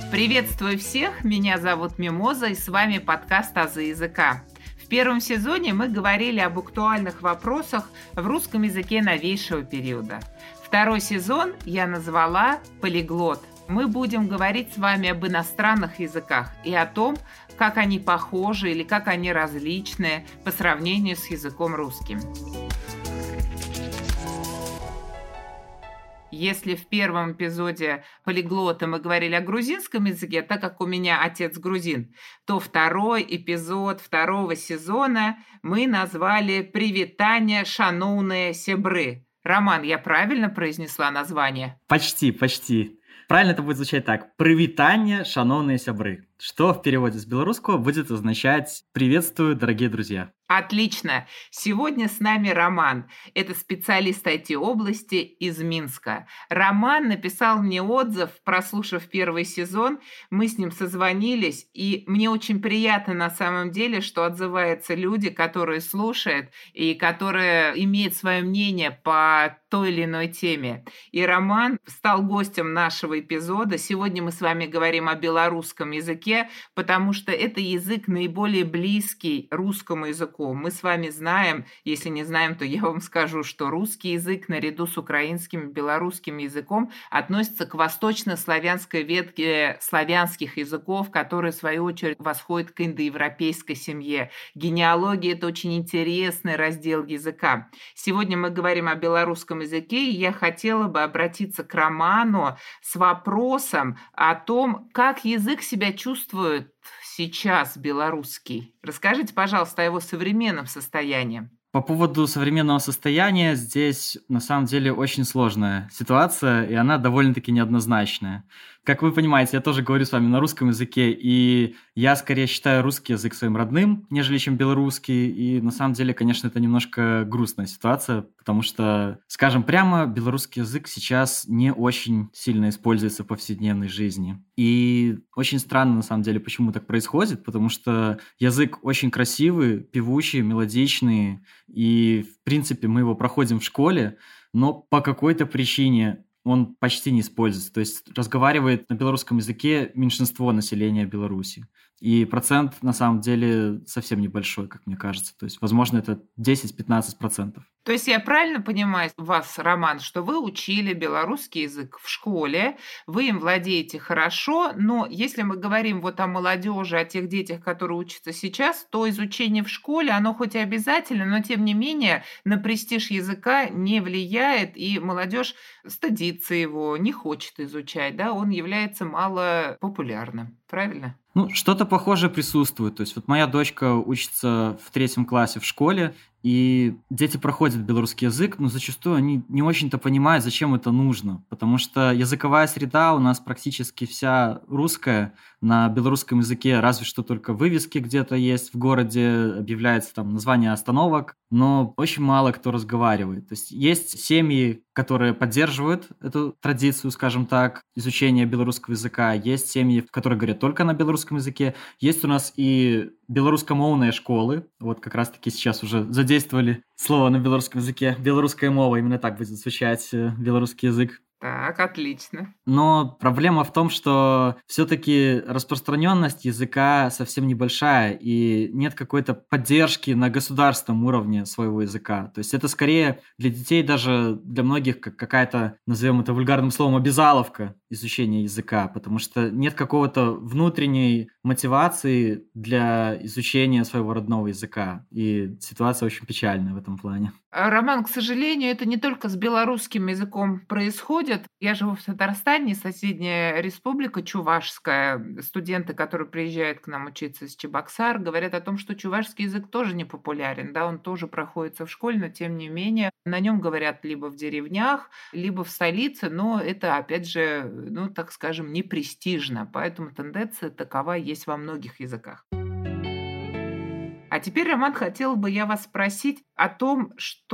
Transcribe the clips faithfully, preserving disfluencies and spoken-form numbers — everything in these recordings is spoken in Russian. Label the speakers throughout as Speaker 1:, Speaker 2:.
Speaker 1: Приветствую всех, меня зовут Мимоза, и с вами подкаст «Азы языка». В первом сезоне мы говорили об актуальных вопросах в русском языке новейшего периода. Второй сезон я назвала «Полиглот». Мы будем говорить с вами об иностранных языках и о том, как они похожи или как они различны по сравнению с языком русским. Если в первом эпизоде полиглота мы говорили о грузинском языке, так как у меня отец грузин, то второй эпизод второго сезона мы назвали «Привитание шановные сябры». Роман, я правильно произнесла название?
Speaker 2: Почти, почти. Правильно это будет звучать так. «Привитание шановные сябры», что в переводе с белорусского будет означать «приветствую, дорогие друзья».
Speaker 1: Отлично! Сегодня с нами Роман. Это специалист ай ти-области из Минска. Роман написал мне отзыв, прослушав первый сезон. Мы с ним созвонились, и мне очень приятно на самом деле, что отзываются люди, которые слушают и которые имеют свое мнение по той или иной теме. И Роман стал гостем нашего эпизода. Сегодня мы с вами говорим о белорусском языке, потому что это язык наиболее близкий русскому языку. Мы с вами знаем, если не знаем, то я вам скажу, что русский язык наряду с украинским и белорусским языком относится к восточнославянской ветке славянских языков, которые, в свою очередь, восходят к индоевропейской семье. Генеалогия – это очень интересный раздел языка. Сегодня мы говорим о белорусском языке, и я хотела бы обратиться к Роману с вопросом о том, как язык себя чувствует сейчас белорусский. Расскажите, пожалуйста, о его современном состоянии.
Speaker 2: По поводу современного состояния здесь на самом деле очень сложная ситуация, и она довольно-таки неоднозначная. Как вы понимаете, я тоже говорю с вами на русском языке, и я скорее считаю русский язык своим родным, нежели чем белорусский, и на самом деле, конечно, это немножко грустная ситуация, потому что, скажем прямо, белорусский язык сейчас не очень сильно используется в повседневной жизни. И очень странно, на самом деле, почему так происходит, потому что язык очень красивый, певучий, мелодичный, и, в принципе, мы его проходим в школе, но по какой-то причине он почти не используется. То есть разговаривает на белорусском языке меньшинство населения Беларуси. И процент, на самом деле, совсем небольшой, как мне кажется. То есть, возможно, это десять-пятнадцать процентов.
Speaker 1: То есть я правильно понимаю вас, Роман, что вы учили белорусский язык в школе, вы им владеете хорошо, но если мы говорим вот о молодежи, о тех детях, которые учатся сейчас, то изучение в школе, оно хоть и обязательно, но тем не менее на престиж языка не влияет, и молодежь стыдится его, не хочет изучать, да, он является малопопулярным, правильно?
Speaker 2: Ну, что-то похожее присутствует. То есть вот моя дочка учится в третьем классе в школе, и дети проходят белорусский язык, но зачастую они не очень-то понимают, зачем это нужно, потому что языковая среда у нас практически вся русская, на белорусском языке разве что только вывески где-то есть в городе, объявляется там название остановок, но очень мало кто разговаривает. То есть есть семьи, которые поддерживают эту традицию, скажем так, изучения белорусского языка, есть семьи, которые говорят только на белорусском языке, есть у нас и белорусскомовные школы, вот как раз-таки сейчас уже задействовали слово на белорусском языке, белорусская мова, именно так будет звучать белорусский язык.
Speaker 1: Так, отлично.
Speaker 2: Но проблема в том, что все-таки распространенность языка совсем небольшая, и нет какой-то поддержки на государственном уровне своего языка. То есть это скорее для детей, даже для многих, как какая-то, назовем это вульгарным словом, обязаловка изучения языка, потому что нет какого-то внутренней мотивации для изучения своего родного языка. И ситуация очень печальная в этом плане.
Speaker 1: Роман, к сожалению, это не только с белорусским языком происходит. Я живу в Татарстане, соседняя республика Чувашская. Студенты, которые приезжают к нам учиться из Чебоксар, говорят о том, что чувашский язык тоже не популярен, да, он тоже проходится в школе, но тем не менее на нем говорят либо в деревнях, либо в столице, но это, опять же, ну, так скажем, не престижно, поэтому тенденция такова есть во многих языках. А теперь, Роман, хотела бы я вас спросить о том,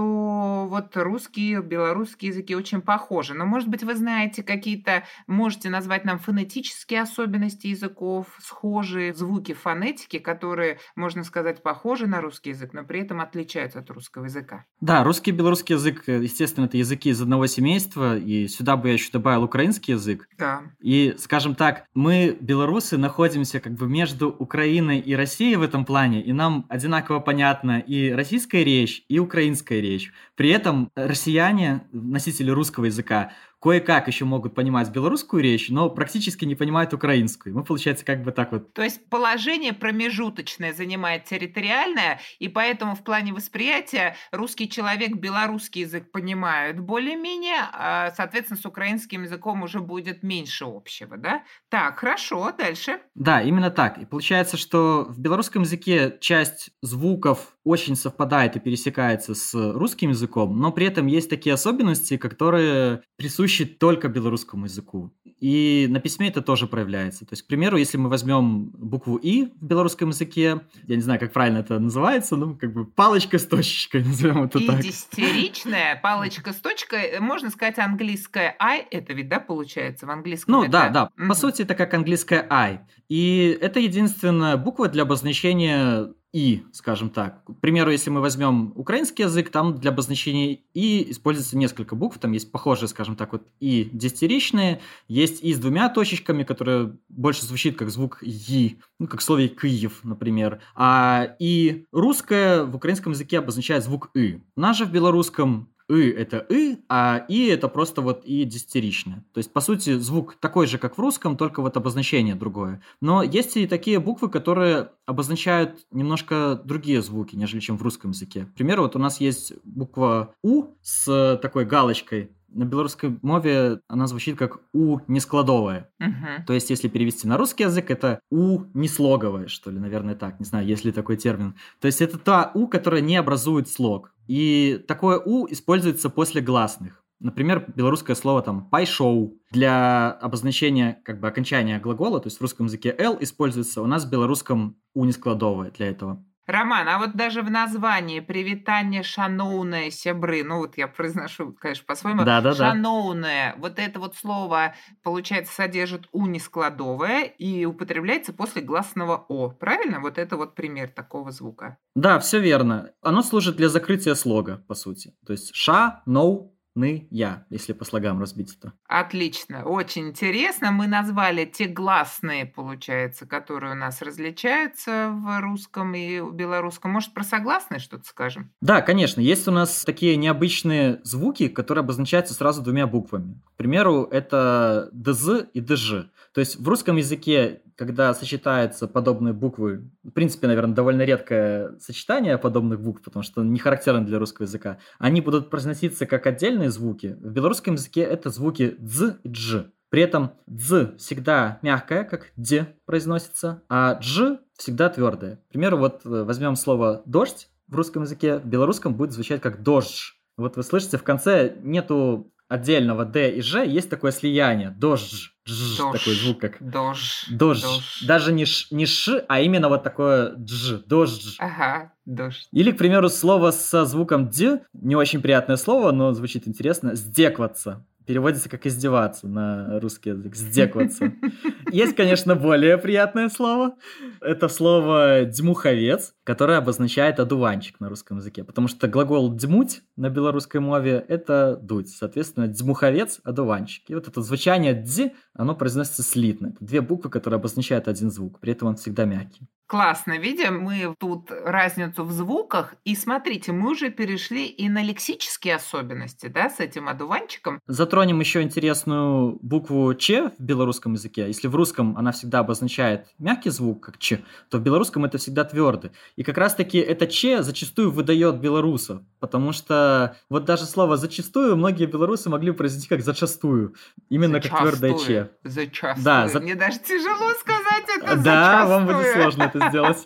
Speaker 1: что вот русский и белорусский языки очень похожи. Но, может быть, вы знаете какие-то, можете назвать нам фонетические особенности языков, схожие звуки фонетики, которые, можно сказать, похожи на русский язык, но при этом отличаются от русского языка?
Speaker 2: Да, русский и белорусский язык, э, естественно, это языки из одного семейства, и сюда бы я еще добавил украинский язык.
Speaker 1: Да.
Speaker 2: И, скажем так, мы, белорусы, находимся как бы между Украиной и Россией в этом плане, и нам одинаково понятна и российская речь, и украинская речь. При этом россияне, носители русского языка, кое-как еще могут понимать белорусскую речь, но практически не понимают украинскую. Мы, получается, как бы так вот.
Speaker 1: То есть положение промежуточное занимает территориальное, и поэтому в плане восприятия русский человек белорусский язык понимает более-менее, а, соответственно, с украинским языком уже будет меньше общего, да? Так, хорошо, дальше.
Speaker 2: Да, именно так. И получается, что в белорусском языке часть звуков очень совпадает и пересекается с русским языком, но при этом есть такие особенности, которые присущи только белорусскому языку. И на письме это тоже проявляется. То есть, к примеру, если мы возьмем букву «и» в белорусском языке, я не знаю, как правильно это называется, ну, как бы палочка с точечкой, назовем это
Speaker 1: И
Speaker 2: так.
Speaker 1: дистеричная палочка с точкой, можно сказать, английское I, это ведь, да, получается, в английском
Speaker 2: Ну,
Speaker 1: это...
Speaker 2: да, да. По
Speaker 1: Мгм.
Speaker 2: сути, это как английское I. И это единственная буква для обозначения «и», скажем так. К примеру, если мы возьмем украинский язык, там для обозначения «и» используется несколько букв. Там есть похожие, скажем так, вот «и» дистеричные, есть «и» с двумя точечками, которые больше звучит как звук «и», ну, как в слове «Киев», например. А «и» русское в украинском языке обозначает звук «и». У нас же в белорусском «ы» — это «и», а «и» — это просто вот «и» дистеричное. То есть, по сути, звук такой же, как в русском, только вот обозначение другое. Но есть и такие буквы, которые обозначают немножко другие звуки, нежели чем в русском языке. К примеру, вот у нас есть буква «у» с такой галочкой. На белорусской мове она звучит как «у» нескладовое.
Speaker 1: Мгм.
Speaker 2: То есть, если перевести на русский язык, это «у» неслоговое, что ли, наверное, так. Не знаю, есть ли такой термин. То есть, это та «у», которая не образует слог. И такое «у» используется после гласных. Например, белорусское слово там «пайшоу» для обозначения как бы окончания глагола, то есть в русском языке «л» используется, у нас в белорусском «у» нескладовое для этого.
Speaker 1: Роман, а вот даже в названии «привитание шаноўнае сябры», ну вот я произношу, конечно, по-своему,
Speaker 2: Да-да-да.
Speaker 1: шаноўнае, вот это вот слово, получается, содержит «у» нескладовое и употребляется после гласного «о», правильно? Вот это вот пример такого звука.
Speaker 2: Да, все верно. Оно служит для закрытия слога, по сути. То есть «ша», «ноу», «ны», «я», если по слогам разбить это.
Speaker 1: Отлично, очень интересно. Мы назвали те гласные, получается, которые у нас различаются в русском и белорусском. Может, про согласные что-то скажем?
Speaker 2: Да, конечно, есть у нас такие необычные звуки, которые обозначаются сразу двумя буквами. К примеру, это «дз» и «дж». То есть в русском языке, когда сочетаются подобные буквы, в принципе, наверное, довольно редкое сочетание подобных букв, потому что не характерно для русского языка, они будут произноситься как отдельные звуки. В белорусском языке это звуки «дз» и «дж». При этом «дз» всегда мягкое, как «д» произносится, а «дж» всегда твердое. К примеру, вот возьмем слово «дождь» в русском языке, в белорусском будет звучать как «дождь». Вот вы слышите, в конце нету отдельного «д» и «ж», есть такое слияние «дождь». Дж,
Speaker 1: Дож,
Speaker 2: такой звук, как
Speaker 1: дож,
Speaker 2: дож.
Speaker 1: дож.
Speaker 2: Даже не, ш, не ш, а именно вот такое дж, дождь.
Speaker 1: Ага, дождь.
Speaker 2: Или, к примеру, слово со звуком д, не очень приятное слово, но звучит интересно, «сдекваться». Переводится как «издеваться» на русский язык. «Сдекваться». Есть, конечно, более приятное слово. Это слово «дьмуховец», которое обозначает одуванчик на русском языке. Потому что глагол «дьмуть» на белорусской мове – это «дуть». Соответственно, «дьмуховец» – одуванчик. И вот это звучание «дь», оно произносится слитно. Это две буквы, которые обозначают один звук. При этом он всегда мягкий.
Speaker 1: Классно, видим мы тут разницу в звуках. И смотрите, мы уже перешли и на лексические особенности, да, с этим одуванчиком.
Speaker 2: Затронем еще интересную букву «ч» в белорусском языке. Если в русском она всегда обозначает мягкий звук, как «ч», то в белорусском это всегда твердый. И как раз-таки это «ч» зачастую выдает белорусов, потому что вот даже слово «зачастую» многие белорусы могли произнести как «зачастую», именно как твердое «ч».
Speaker 1: Зачастую.
Speaker 2: Да, за...
Speaker 1: Мне даже тяжело сказать это «зачастую».
Speaker 2: Да, вам будет сложно это сделать.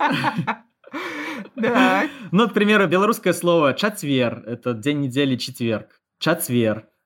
Speaker 1: Да.
Speaker 2: Ну, к примеру, белорусское слово «чатвер» — это день недели четверг. Чатвер.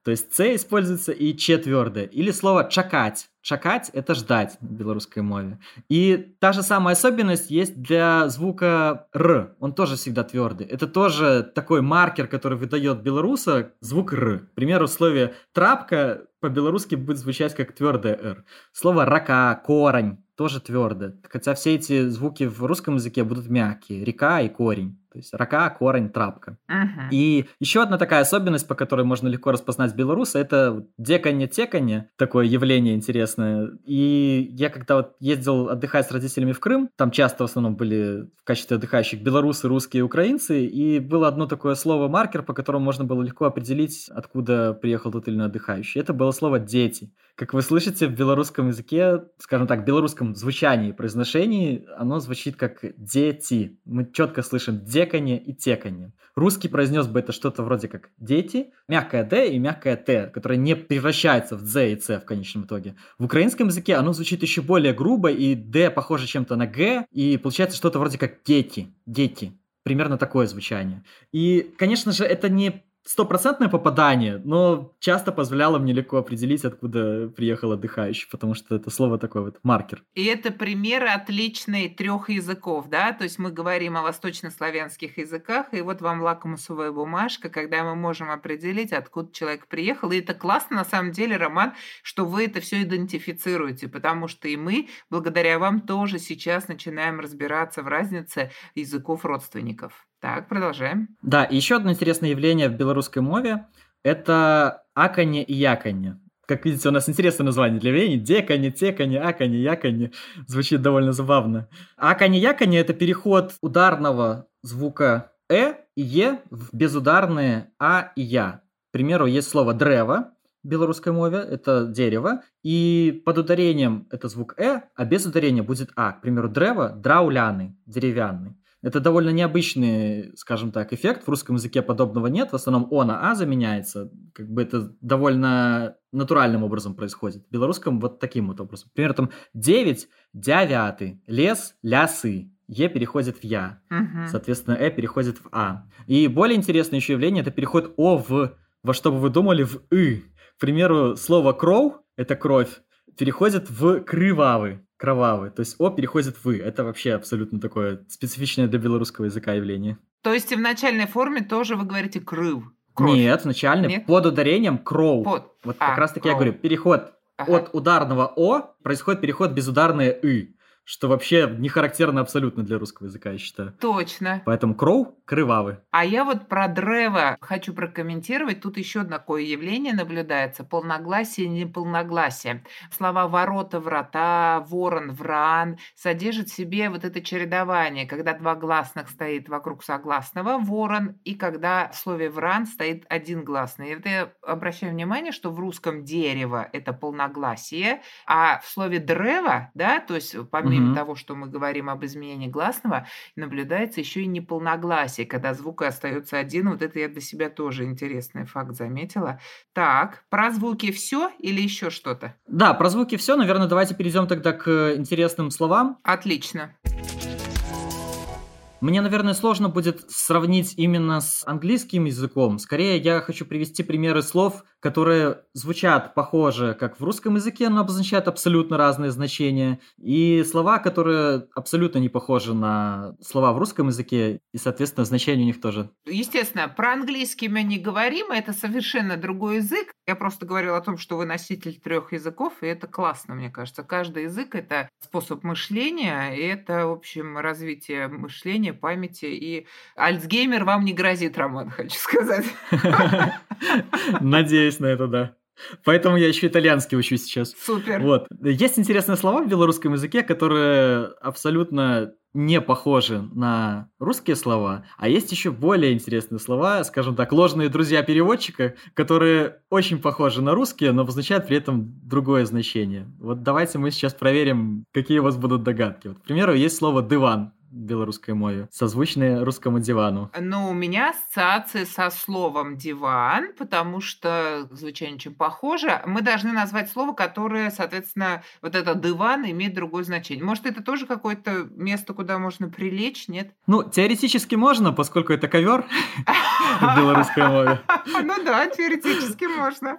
Speaker 2: То есть «ц» используется и «ч» твердое. Или слово «чакать». «Чакать» — это «ждать» в белорусской мове. И та же самая особенность есть для звука «р». Он тоже всегда твердый. Это тоже такой маркер, который выдает белоруса звук «р». К примеру, в слове «трапка» по-белорусски будет звучать как твердое «р». Слово «рака», «корень» тоже твердое. Хотя все эти звуки в русском языке будут мягкие. Река и корень. То есть рака, корень, трапка.
Speaker 1: Мгм.
Speaker 2: И еще одна такая особенность, по которой можно легко распознать белоруса, это деканье-теканье, такое явление интересное. И я когда вот ездил отдыхать с родителями в Крым, там часто в основном были в качестве отдыхающих белорусы, русские, украинцы, и было одно такое слово-маркер, по которому можно было легко определить, откуда приехал тот или иной отдыхающий. Это было слово «дети». Как вы слышите, в белорусском языке, скажем так, в белорусском звучании, произношении, оно звучит как «дети». Мы четко слышим «деканье» и «теканье». Русский произнес бы это что-то вроде как «дети», мягкое «д» и мягкое «т», которое не превращается в «з» и «ц» в конечном итоге. В украинском языке оно звучит еще более грубо, и «д» похоже чем-то на «г», и получается что-то вроде как «дети», «дети». Примерно такое звучание. И, конечно же, это не стопроцентное попадание, но часто позволяло мне легко определить, откуда приехал отдыхающий, потому что это слово такой вот маркер.
Speaker 1: И это примеры отличные трех языков, да? То есть мы говорим о восточнославянских языках, и вот вам лакмусовая бумажка, когда мы можем определить, откуда человек приехал. И это классно, на самом деле, Роман, что вы это все идентифицируете, потому что и мы, благодаря вам, тоже сейчас начинаем разбираться в разнице языков родственников. Так, продолжаем.
Speaker 2: Да, и еще одно интересное явление в белорусской мове – это аканье и яканье. Как видите, у нас интересное название для явлений. Деканье, теканье, аканье, яканье. Звучит довольно забавно. Аканье-яканье – это переход ударного звука «э» и «е» в безударные «а» и «я». К примеру, есть слово «древо» в белорусской мове, это дерево, и под ударением это звук «э», а без ударения будет «а». К примеру, «древо» – драуляный, деревянный. Это довольно необычный, скажем так, эффект. В русском языке подобного нет. В основном «о» на «а» заменяется. Как бы это довольно натуральным образом происходит. В белорусском вот таким вот образом. Например, там «девять» – «дявяты», «лес» – «лясы». «Е» переходит в «я».
Speaker 1: Мгм.
Speaker 2: Соответственно, «э» переходит в «а». И более интересное еще явление – это переход «о» в, во что бы вы думали, в «ы». К примеру, слово «кроу» – это «кровь», переходит в «крывавый». Кровавый. То есть «о» переходит в «вы». Это вообще абсолютно такое специфичное для белорусского языка явление.
Speaker 1: То есть и в начальной форме тоже вы говорите «крыв». Кровь.
Speaker 2: Нет, в начальной
Speaker 1: Нет?
Speaker 2: под ударением «кроу».
Speaker 1: Под.
Speaker 2: Вот
Speaker 1: А,
Speaker 2: как раз таки я
Speaker 1: кроу.
Speaker 2: говорю, переход
Speaker 1: Ага.
Speaker 2: от ударного «о» происходит переход безударное «ы», что вообще не характерно абсолютно для русского языка, я считаю.
Speaker 1: Точно.
Speaker 2: Поэтому «кроу» – «крывавый».
Speaker 1: А я вот про древо хочу прокомментировать. Тут еще такое явление наблюдается. Полногласие и неполногласие. Слова «ворота», «врата», «ворон», «вран» содержат в себе вот это чередование, когда два гласных стоит вокруг согласного «ворон», и когда в слове «вран» стоит один гласный. И вот я обращаю внимание, что в русском «дерево» – это полногласие, а в слове «древо», да, то есть помимо
Speaker 2: Мгм.
Speaker 1: того, что мы говорим об изменении гласного, наблюдается еще и неполногласие, когда звук остается один. Вот это я для себя тоже интересный факт заметила. Так, про звуки все или еще что-то?
Speaker 2: Да, про звуки все. Наверное, давайте перейдем тогда к интересным словам.
Speaker 1: Отлично.
Speaker 2: Мне, наверное, сложно будет сравнить именно с английским языком. Скорее, я хочу привести примеры слов, которые звучат похоже, как в русском языке, но обозначают абсолютно разные значения. И слова, которые абсолютно не похожи на слова в русском языке, и, соответственно, значения у них тоже.
Speaker 1: Естественно, про английский мы не говорим, это совершенно другой язык. Я просто говорила о том, что вы носитель трех языков, и это классно, мне кажется. Каждый язык – это способ мышления, и это, в общем, развитие мышления, памяти. И Альцгеймер вам не грозит, Роман, хочу сказать.
Speaker 2: Надеюсь на это, да. Поэтому я еще итальянский учу сейчас.
Speaker 1: Супер.
Speaker 2: Вот. Есть интересные слова в белорусском языке, которые абсолютно не похожи на русские слова, а есть еще более интересные слова, скажем так, ложные друзья переводчика, которые очень похожи на русские, но обозначают при этом другое значение. Вот давайте мы сейчас проверим, какие у вас будут догадки. Вот, к примеру, есть слово «диван». в белорусской мове, созвучные русскому дивану.
Speaker 1: Ну, у меня ассоциации со словом «диван», потому что звучание очень похоже. Мы должны назвать слово, которое, соответственно, вот это «диван» имеет другое значение. Может, это тоже какое-то место, куда можно прилечь, нет?
Speaker 2: Ну, теоретически можно, поскольку это ковер в белорусской мове.
Speaker 1: Ну да, теоретически можно.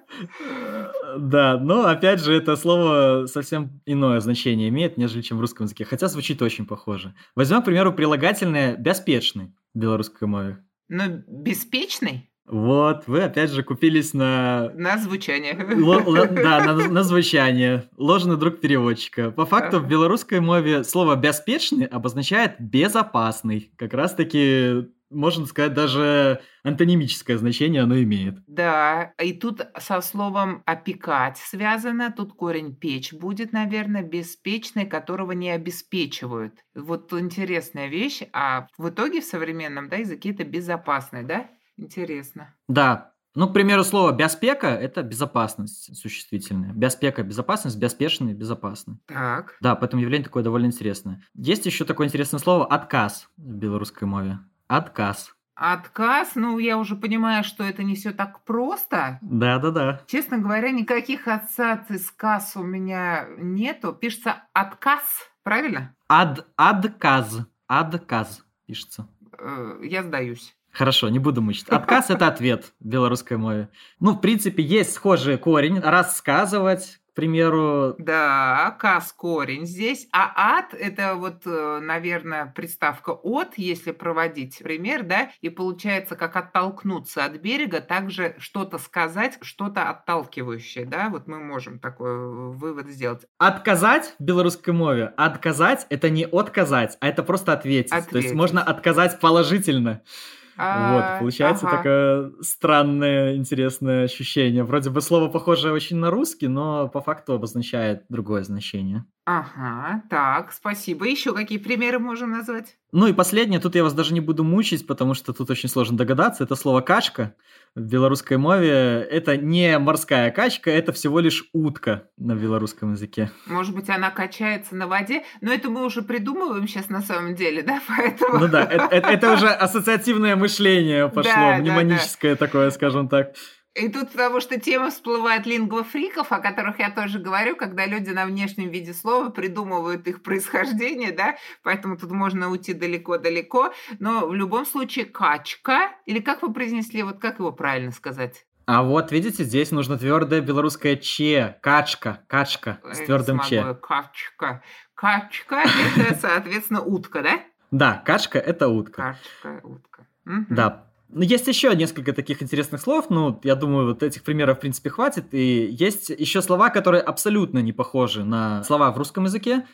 Speaker 2: Да, но опять же, это слово совсем иное значение имеет, нежели чем в русском языке, хотя звучит очень похоже. Возьмем, к примеру, прилагательное «беспечный» в белорусской мове.
Speaker 1: Ну, беспечный?
Speaker 2: Вот, вы опять же купились на...
Speaker 1: На звучание.
Speaker 2: Ло- ло- да, на, на звучание. Ложный друг переводчика. По факту в белорусской мове слово «беспечный» обозначает «безопасный». Как раз-таки, можно сказать, даже антонимическое значение оно имеет.
Speaker 1: Да, и тут со словом «опекать» связано, тут корень «печь» будет, наверное, беспечный, которого не обеспечивают. Вот интересная вещь, а в итоге в современном, да, языке это «безопасный», да? Интересно.
Speaker 2: Да. Ну, к примеру, слово «бяспека» — это безопасность существительная. Бяспека — безопасность, бяспечный — безопасный.
Speaker 1: Так.
Speaker 2: Да, поэтому явление такое довольно интересное. Есть еще такое интересное слово «отказ» в белорусской мове. Отказ.
Speaker 1: Отказ, ну, я уже понимаю, что это не все так просто.
Speaker 2: Да-да-да.
Speaker 1: Честно говоря, никаких ассоциаций с «касс» у меня нету. Пишется «отказ», правильно?
Speaker 2: Ад, адказ. Адказ пишется.
Speaker 1: Э, Я сдаюсь.
Speaker 2: Хорошо, не буду мучить. Отказ — это ответ в белорусской мове. Ну, в принципе, есть схожий корень. Рассказывать, к примеру.
Speaker 1: Да, «кас» корень здесь, а «ад» — это вот, э, наверное, приставка «от», если проводить пример, да, и получается, как оттолкнуться от берега, также что-то сказать, что-то отталкивающее, да, вот мы можем такой э, вывод сделать.
Speaker 2: Отказать в белорусской мове. Отказать — это не отказать, а это просто ответить. То есть
Speaker 1: Ответить.
Speaker 2: можно отказать положительно. Вот,
Speaker 1: А,
Speaker 2: получается
Speaker 1: ага.
Speaker 2: такое странное, интересное ощущение. Вроде бы слово похожее очень на русский, но по факту обозначает другое значение.
Speaker 1: Ага, так, спасибо. Еще какие примеры можем назвать?
Speaker 2: Ну и последнее, тут я вас даже не буду мучить, потому что тут очень сложно догадаться. Это слово «качка» в белорусской мове. Это не морская качка, это всего лишь утка на белорусском языке.
Speaker 1: Может быть, она качается на воде, но это мы уже придумываем сейчас на самом деле, да, поэтому...
Speaker 2: Ну да, это, это- это уже ассоциативное мышление пошло,
Speaker 1: Да, да,
Speaker 2: мнемоническое такое, скажем так.
Speaker 1: И тут потому что тема всплывает лингвофриков, о которых я тоже говорю, когда люди на внешнем виде слова придумывают их происхождение, да, поэтому тут можно уйти далеко-далеко, но в любом случае качка, или как вы произнесли, вот как его правильно сказать?
Speaker 2: А вот, видите, здесь нужно твердое белорусское «че», качка, качка с
Speaker 1: Ой,
Speaker 2: твердым
Speaker 1: не
Speaker 2: «че».
Speaker 1: смогу, качка. Качка – это, соответственно, утка, да?
Speaker 2: Да, качка — это утка.
Speaker 1: Качка, утка. Мгм.
Speaker 2: Да. Ну, есть еще несколько таких интересных слов, ну, я думаю, вот этих примеров, в принципе, хватит. И есть еще слова, которые абсолютно не похожи на слова в русском языке.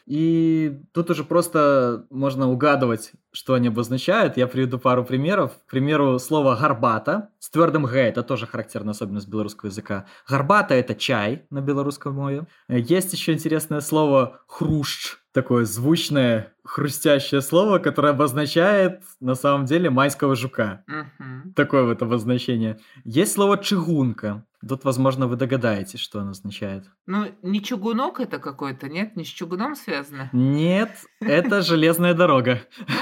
Speaker 2: И тут уже просто можно угадывать, что они обозначают. Я приведу пару примеров. К примеру, слово «горбата» с твердым «г» — это тоже характерная особенность белорусского языка. «Горбата» — это чай на белорусском мове. Есть еще интересное слово «хрущ». Такое звучное, хрустящее слово, которое обозначает, на самом деле, майского жука.
Speaker 1: Мгм.
Speaker 2: Такое вот обозначение. Есть слово «чыгунка». Тут, возможно, вы догадаетесь, что оно означает.
Speaker 1: Ну, не чугунок это какой-то, нет? Не с чугуном связано?
Speaker 2: Нет, это железная дорога.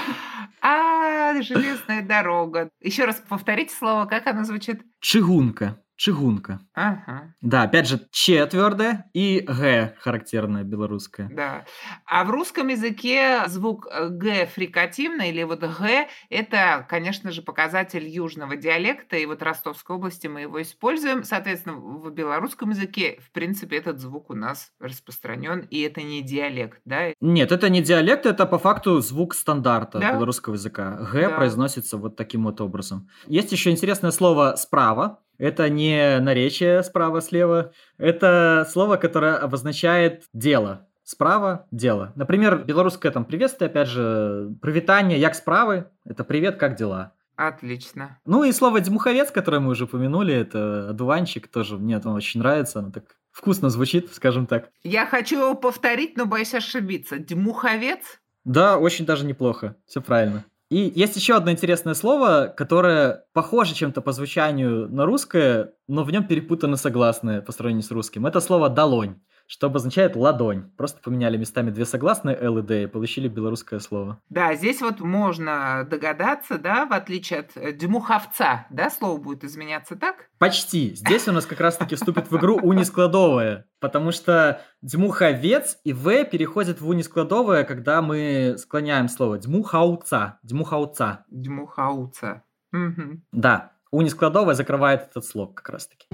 Speaker 1: А, железная дорога. Еще раз повторите слово, как оно звучит?
Speaker 2: Чыгунка. Чыгунка.
Speaker 1: Ага,
Speaker 2: Да, опять же, че твердое и г характерное белорусское.
Speaker 1: да. А в русском языке звук э, г фрикативный или вот г это, конечно же, показатель южного диалекта, и вот в Ростовской области мы его используем. Соответственно, в белорусском языке, в принципе, этот звук у нас распространен, и это не диалект, да?
Speaker 2: Нет, это не диалект, это по факту звук стандарта
Speaker 1: Да.
Speaker 2: белорусского языка. Г
Speaker 1: Да.
Speaker 2: произносится вот таким вот образом. Есть еще интересное слово «справа». Это не наречие справа-слева. Это слово, которое обозначает дело. Справа – дело. Например, белорусское там приветствие, опять же, «привитание, як справы» – это «привет, как дела?».
Speaker 1: Отлично.
Speaker 2: Ну и слово «дмуховец», которое мы уже упомянули, это одуванчик, тоже мне это очень нравится, оно так вкусно звучит, скажем так.
Speaker 1: Я хочу его повторить, но боюсь ошибиться. Дмуховец?
Speaker 2: Да, очень даже неплохо, все правильно. И есть еще одно интересное слово, которое похоже чем-то по звучанию на русское, но в нем перепутаны согласные по сравнению с русским. Это слово «долонь». что обозначает ладонь. Просто поменяли местами две согласные «л» и «д» и получили белорусское слово.
Speaker 1: Да, здесь вот можно догадаться, да, в отличие от э, дмуховца, да, слово будет изменяться так?
Speaker 2: Почти. Здесь у нас как раз-таки вступит в игру унискладовое, потому что дмуховец и «в» переходит в унискладовое, когда мы склоняем слово дмухауца, дмухауца.
Speaker 1: Дмухауца. Мгм.
Speaker 2: Да, унискладовое закрывает этот слог как раз-таки.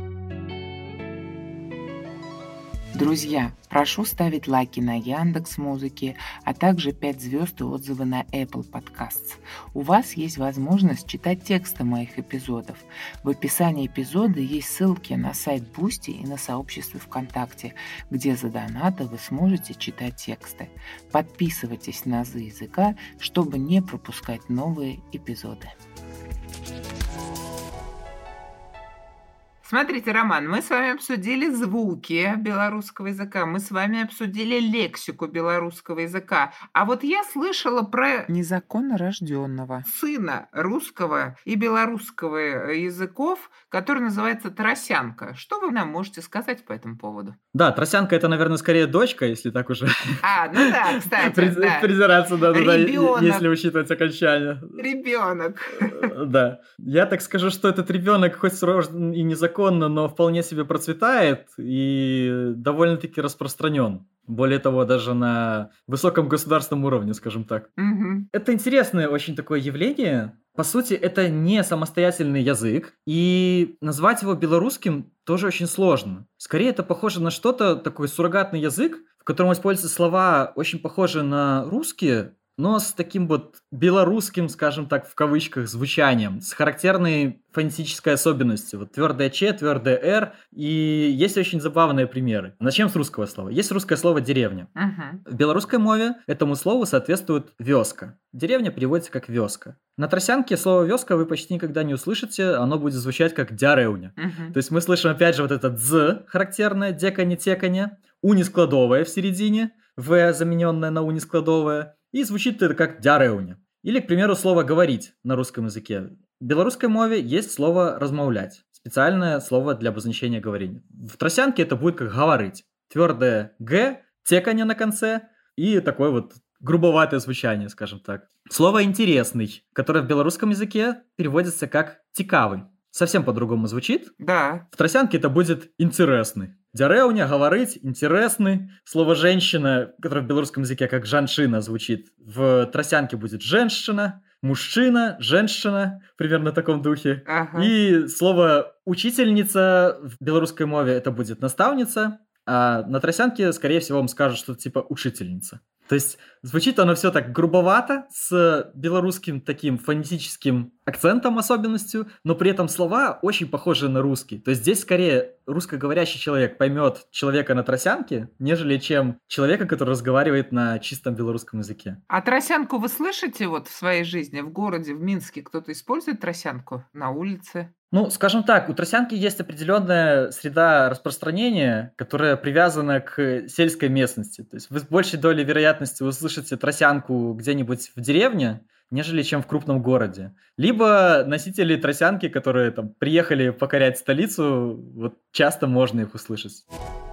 Speaker 1: Друзья, прошу ставить лайки на Яндекс.Музыке, а также пять звезд и отзывы на Apple Podcasts. У вас есть возможность читать тексты моих эпизодов. В описании эпизода есть ссылки на сайт Boosty и на сообщество ВКонтакте, где за донаты вы сможете читать тексты. Подписывайтесь на «Азы языка», чтобы не пропускать новые эпизоды. Смотрите, Роман, мы с вами обсудили звуки белорусского языка, мы с вами обсудили лексику белорусского языка. А вот я слышала про незаконно рожденного сына русского и белорусского языков, который называется Тарасянка. Что вы нам можете сказать по этому поводу?
Speaker 2: Да, Тарасянка это, наверное, скорее дочка, если так уже
Speaker 1: А, ну да, кстати,
Speaker 2: приз-
Speaker 1: да.
Speaker 2: придираться, да, да, да,
Speaker 1: Ребенок.
Speaker 2: если учитывать окончание.
Speaker 1: Ребенок.
Speaker 2: Да. Я так скажу, что этот ребенок хоть рожден и незаконно, но вполне себе процветает и довольно-таки распространен. Более того, даже на высоком государственном уровне, скажем так.
Speaker 1: Мгм.
Speaker 2: Это интересное очень такое явление. По сути, это не самостоятельный язык, и назвать его белорусским тоже очень сложно. Скорее, это похоже на что-то, такой суррогатный язык, в котором используются слова, очень похожие на русские, но с таким вот белорусским, скажем так, в кавычках, звучанием, с характерной фонетической особенностью. Вот твердое «ч», твердое «р», и есть очень забавные примеры. Начнем с русского слова. Есть русское слово «деревня».
Speaker 1: Мгм.
Speaker 2: В белорусской мове этому слову соответствует «вёска». Деревня переводится как «вёска». На тросянке слово «вёска» вы почти никогда не услышите, оно будет звучать как «дяреуня».
Speaker 1: Мгм.
Speaker 2: То есть мы слышим опять же вот это «дз» характерное, деканье-теканье, унискладовое в середине, «в» замененное на унискладовое, и звучит это как «дяреуня». Или, к примеру, слово «говорить» на русском языке. В белорусской мове есть слово «размовлять», специальное слово для обозначения говорения. В тросянке это будет как «говорить». Твердое «г», теканье на конце и такое вот грубоватое звучание, скажем так. Слово «интересный», которое в белорусском языке переводится как «цікавый». Совсем по-другому звучит.
Speaker 1: Да.
Speaker 2: В тросянке это будет «интересный». Дяреуня, говорить, интересный. Слово «женщина», которое в белорусском языке как «жаншина» звучит, в тросянке будет «женщина», «мужчина», «женщина», примерно в таком духе.
Speaker 1: Ага.
Speaker 2: И слово «учительница» в белорусской мове это будет «наставница», а на тросянке, скорее всего, вам скажут что-то типа «учительница». То есть звучит оно все так грубовато, с белорусским таким фонетическим акцентом, особенностью, но при этом слова очень похожи на русский. То есть здесь скорее русскоговорящий человек поймет человека на тросянке, нежели чем человека, который разговаривает на чистом белорусском языке.
Speaker 1: А тросянку вы слышите вот в своей жизни? В городе, в Минске кто-то использует тросянку на улице?
Speaker 2: Ну, скажем так, у тросянки есть определенная среда распространения, которая привязана к сельской местности. То есть вы с большей долей вероятности услышите тросянку где-нибудь в деревне, нежели чем в крупном городе. Либо носители тросянки, которые там приехали покорять столицу, вот часто можно их услышать.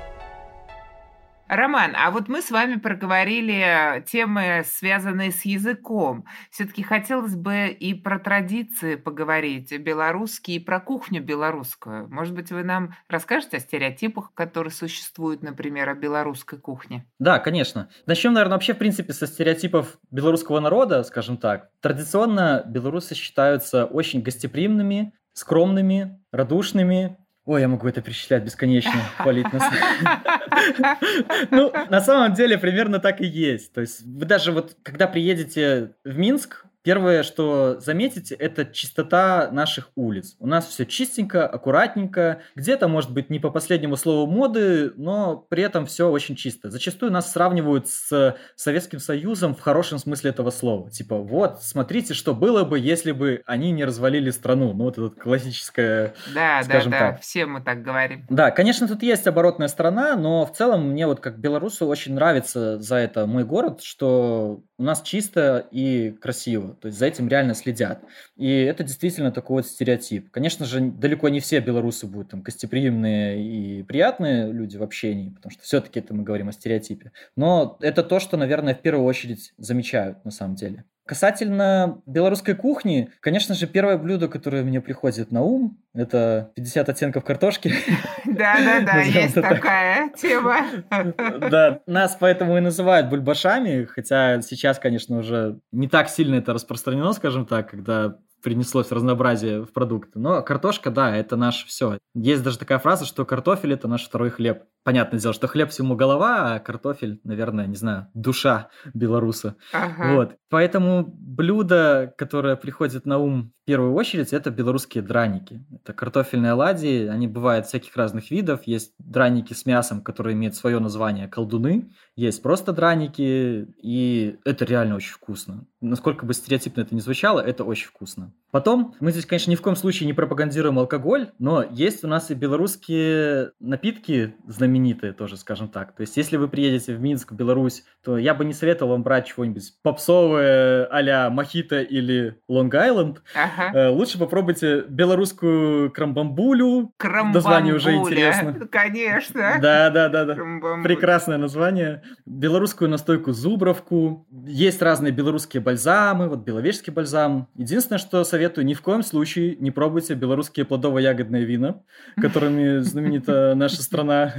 Speaker 1: Роман, а вот мы с вами проговорили темы, связанные с языком. Все-таки хотелось бы и про традиции поговорить, белорусские, и про кухню белорусскую. Может быть, вы нам расскажете о стереотипах, которые существуют, например, о белорусской кухне?
Speaker 2: Да, конечно. Начнем, наверное, вообще, в принципе, со стереотипов белорусского народа, скажем так. Традиционно белорусы считаются очень гостеприимными, скромными, радушными. Ой, я могу это перечислять бесконечно, хвалить нас. Ну, на самом деле, примерно так и есть. То есть вы даже вот, когда приедете в Минск, первое, что заметите, это чистота наших улиц. У нас все чистенько, аккуратненько. Где-то, может быть, не по последнему слову моды, но при этом все очень чисто. Зачастую нас сравнивают с Советским Союзом в хорошем смысле этого слова. Типа, вот, смотрите, что было бы, если бы они не развалили страну. Ну, вот это классическое,
Speaker 1: Да, да,
Speaker 2: скажем
Speaker 1: да,
Speaker 2: так.
Speaker 1: все мы так говорим.
Speaker 2: Да, конечно, тут есть оборотная сторона, но в целом мне вот как белорусу очень нравится за это мой город, что у нас чисто и красиво. все. То есть за этим реально следят. И это действительно такой вот стереотип. Конечно же, далеко не все белорусы будут там гостеприимные и приятные люди в общении, потому что все-таки это мы говорим о стереотипе. Но это то, что, наверное, в первую очередь замечают на самом деле. Касательно белорусской кухни, конечно же, первое блюдо, которое мне приходит на ум, это пятьдесят оттенков картошки.
Speaker 1: Да-да-да, есть такая тема.
Speaker 2: Да, нас поэтому и называют бульбашами, хотя сейчас, конечно, уже не так сильно это распространено, скажем так, когда принеслось разнообразие в продукты. Но картошка, да, это наше все. Есть даже такая фраза, что картофель – это наш второй хлеб. Понятное дело, что хлеб всему голова, а картофель, наверное, не знаю, душа белоруса.
Speaker 1: Ага.
Speaker 2: Вот. Поэтому блюдо, которое приходит на ум в первую очередь, это белорусские драники. Это картофельные оладьи, они бывают всяких разных видов. Есть драники с мясом, которые имеют свое название колдуны. Есть просто драники, и это реально очень вкусно. Насколько бы стереотипно это ни звучало, это очень вкусно. Потом, мы здесь, конечно, ни в коем случае не пропагандируем алкоголь, но есть у нас и белорусские напитки знаменитые тоже, скажем так. То есть, если вы приедете в Минск, в Беларусь, то я бы не советовал вам брать чего-нибудь попсовое а-ля мохито или Лонг-Айленд.
Speaker 1: Ага.
Speaker 2: Лучше попробуйте белорусскую крамбамбулю.
Speaker 1: Крамбамбуля.
Speaker 2: Название уже интересно.
Speaker 1: Конечно.
Speaker 2: Да-да-да. Прекрасное название. Белорусскую настойку зубровку. Есть разные белорусские бальзамы. Вот беловежский бальзам. Единственное, что советую, ни в коем случае не пробуйте белорусские плодово-ягодные вина, которыми знаменита наша страна.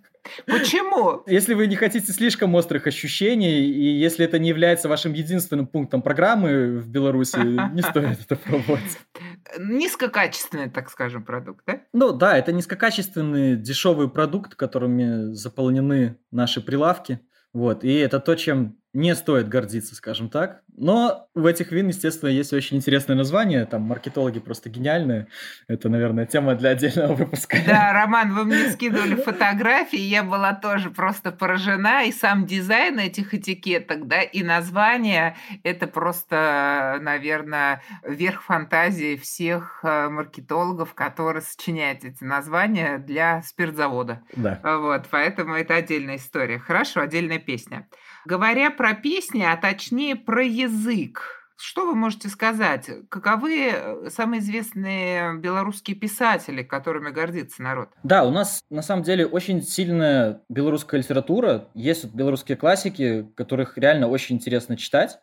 Speaker 1: Почему?
Speaker 2: Если вы не хотите слишком острых ощущений, и если это не является вашим единственным пунктом программы в Беларуси, не стоит это пробовать.
Speaker 1: Низкокачественный, так скажем, продукт, да?
Speaker 2: Ну да, это низкокачественный, дешевый продукт, которыми заполнены наши прилавки. Вот, и это то, чем не стоит гордиться, скажем так. Но у этих вин, естественно, есть очень интересное название. Там маркетологи просто гениальные. Это, наверное, тема для отдельного выпуска.
Speaker 1: Да, Роман, вы мне скидывали фотографии, я была тоже просто поражена. И сам дизайн этих этикеток, да, и название, это просто, наверное, верх фантазии всех маркетологов, которые сочиняют эти названия для спиртзавода.
Speaker 2: Да.
Speaker 1: Вот, поэтому это отдельная история. Хорошо, отдельная песня. Говоря про песни, а точнее про язык, что вы можете сказать? Каковы самые известные белорусские писатели, которыми гордится народ?
Speaker 2: Да, у нас на самом деле очень сильная белорусская литература. Есть вот белорусские классики, которых реально очень интересно читать.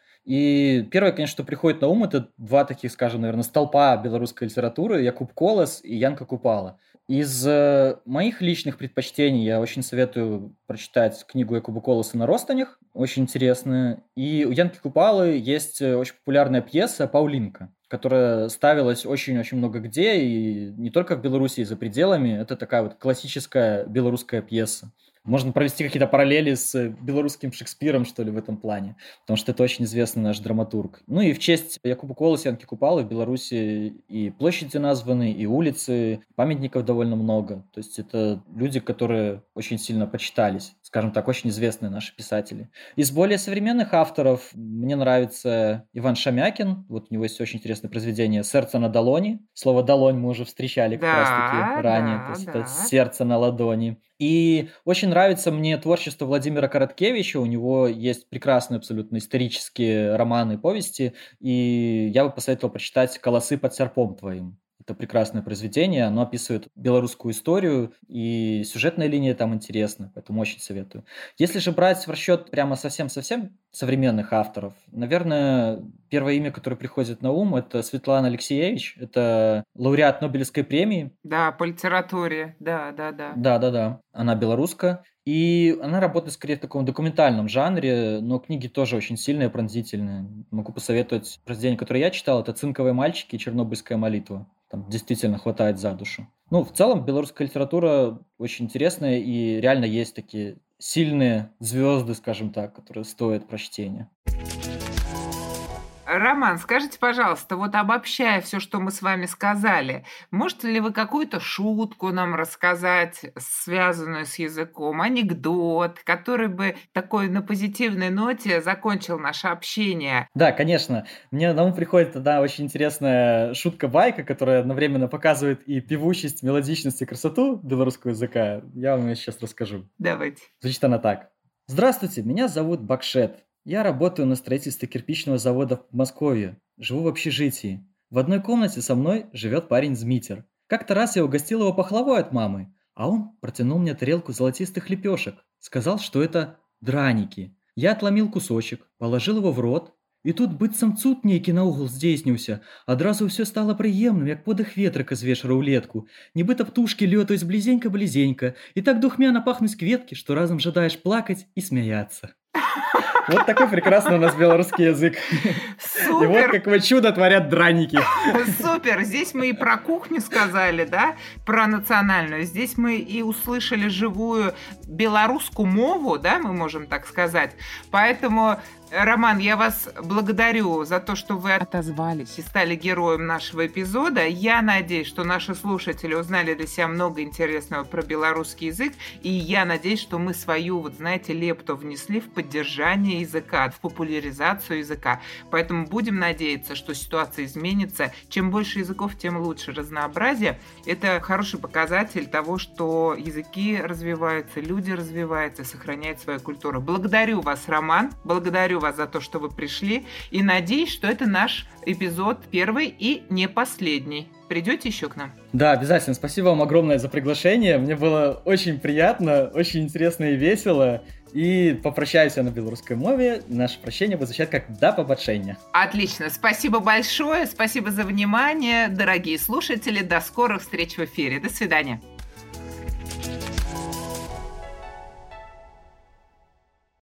Speaker 2: И первое, конечно, что приходит на ум, это два таких, скажем, наверное, столпа белорусской литературы: Якуб Колас и Янка Купала. Из э, моих личных предпочтений я очень советую прочитать книгу Якуба Коласа «На ростанях», очень интересная. И у Янки Купалы есть очень популярная пьеса «Паулинка», которая ставилась очень-очень много где, и не только в Беларуси, и за пределами. Это такая вот классическая белорусская пьеса. Можно провести какие-то параллели с белорусским Шекспиром, что ли, в этом плане, потому что это очень известный наш драматург. Ну и в честь Якуба Коласа и Янки Купалы в Беларуси и площади названы, и улицы, памятников довольно много. То есть это люди, которые очень сильно почитались, скажем так, очень известные наши писатели. Из более современных авторов мне нравится Иван Шамякин. Вот у него есть очень интересное произведение «Сердце на долони». Слово «долонь» мы уже встречали как
Speaker 1: Да,
Speaker 2: раз-таки ранее.
Speaker 1: да,
Speaker 2: То есть
Speaker 1: да.
Speaker 2: это «сердце на ладони». И очень нравится мне творчество Владимира Короткевича. У него есть прекрасные абсолютно исторические романы и повести. И я бы посоветовал прочитать «Колосы под серпом твоим». Это прекрасное произведение, оно описывает белорусскую историю, и сюжетная линия там интересна, поэтому очень советую. Если же брать в расчет прямо совсем-совсем современных авторов, наверное, первое имя, которое приходит на ум, это Светлана Алексеевич, это лауреат Нобелевской премии.
Speaker 1: Да, по литературе, да, да, да.
Speaker 2: Да-да-да, она белоруска. И она работает скорее в таком документальном жанре, но книги тоже очень сильные, пронзительные. Могу посоветовать произведение, которое я читал, это «Цинковые мальчики» и «Чернобыльская молитва». Там действительно хватает за душу. Ну, в целом, белорусская литература очень интересная, и реально есть такие сильные звезды, скажем так, которые стоят прочтения.
Speaker 1: Роман, скажите, пожалуйста, вот обобщая все, что мы с вами сказали, можете ли вы какую-то шутку нам рассказать, связанную с языком, анекдот, который бы такой на позитивной ноте закончил наше общение?
Speaker 2: Да, конечно. Мне на ум приходит одна очень интересная шутка-байка, которая одновременно показывает и певучесть, мелодичность и красоту белорусского языка. Я вам ее сейчас расскажу.
Speaker 1: Давайте.
Speaker 2: Звучит она так. Здравствуйте, меня зовут Бакшет. Я работаю на строительстве кирпичного завода в Подмосковье. Живу в общежитии. В одной комнате со мной живет парень Змитер. Как-то раз я угостил его пахлавой от мамы, а он протянул мне тарелку золотистых лепешек. Сказал, что это драники. Я отломил кусочек, положил его в рот, і тут быццам цуд нейкі наогул здзейсніўся. Адразу ўсё стало прыемным, як подых ветрыка з вечара ў летку. Нібыта птушкі лётаюць блізенька-блізенька, і так духмяна пахнуць кветкі, што разам жадаеш плакаць і смяяцца. Вот такой прекрасный у нас белорусский язык.
Speaker 1: Супер.
Speaker 2: И вот какое чудо творят драники.
Speaker 1: Супер. Здесь мы и про кухню сказали, да, про национальную. Здесь мы и услышали живую белорусскую мову, да, мы можем так сказать. Поэтому, Роман, я вас благодарю за то, что вы отозвались и стали героем нашего эпизода. Я надеюсь, что наши слушатели узнали для себя много интересного про белорусский язык. И я надеюсь, что мы свою, вот знаете, лепту внесли в поддержание языка, в популяризацию языка. Поэтому будем надеяться, что ситуация изменится. Чем больше языков, тем лучше разнообразие. Это хороший показатель того, что языки развиваются, люди развиваются, сохраняют свою культуру. Благодарю вас, Роман. Благодарю вас за то, что вы пришли. И надеюсь, что это наш эпизод первый и не последний. Придете еще к нам?
Speaker 2: Да, обязательно. Спасибо вам огромное за приглашение. Мне было очень приятно, очень интересно и весело. И попрощаюсь я на белорусской мове. Наше прощение будет звучать как «до побачення».
Speaker 1: Отлично. Спасибо большое. Спасибо за внимание, дорогие слушатели. До скорых встреч в эфире. До свидания.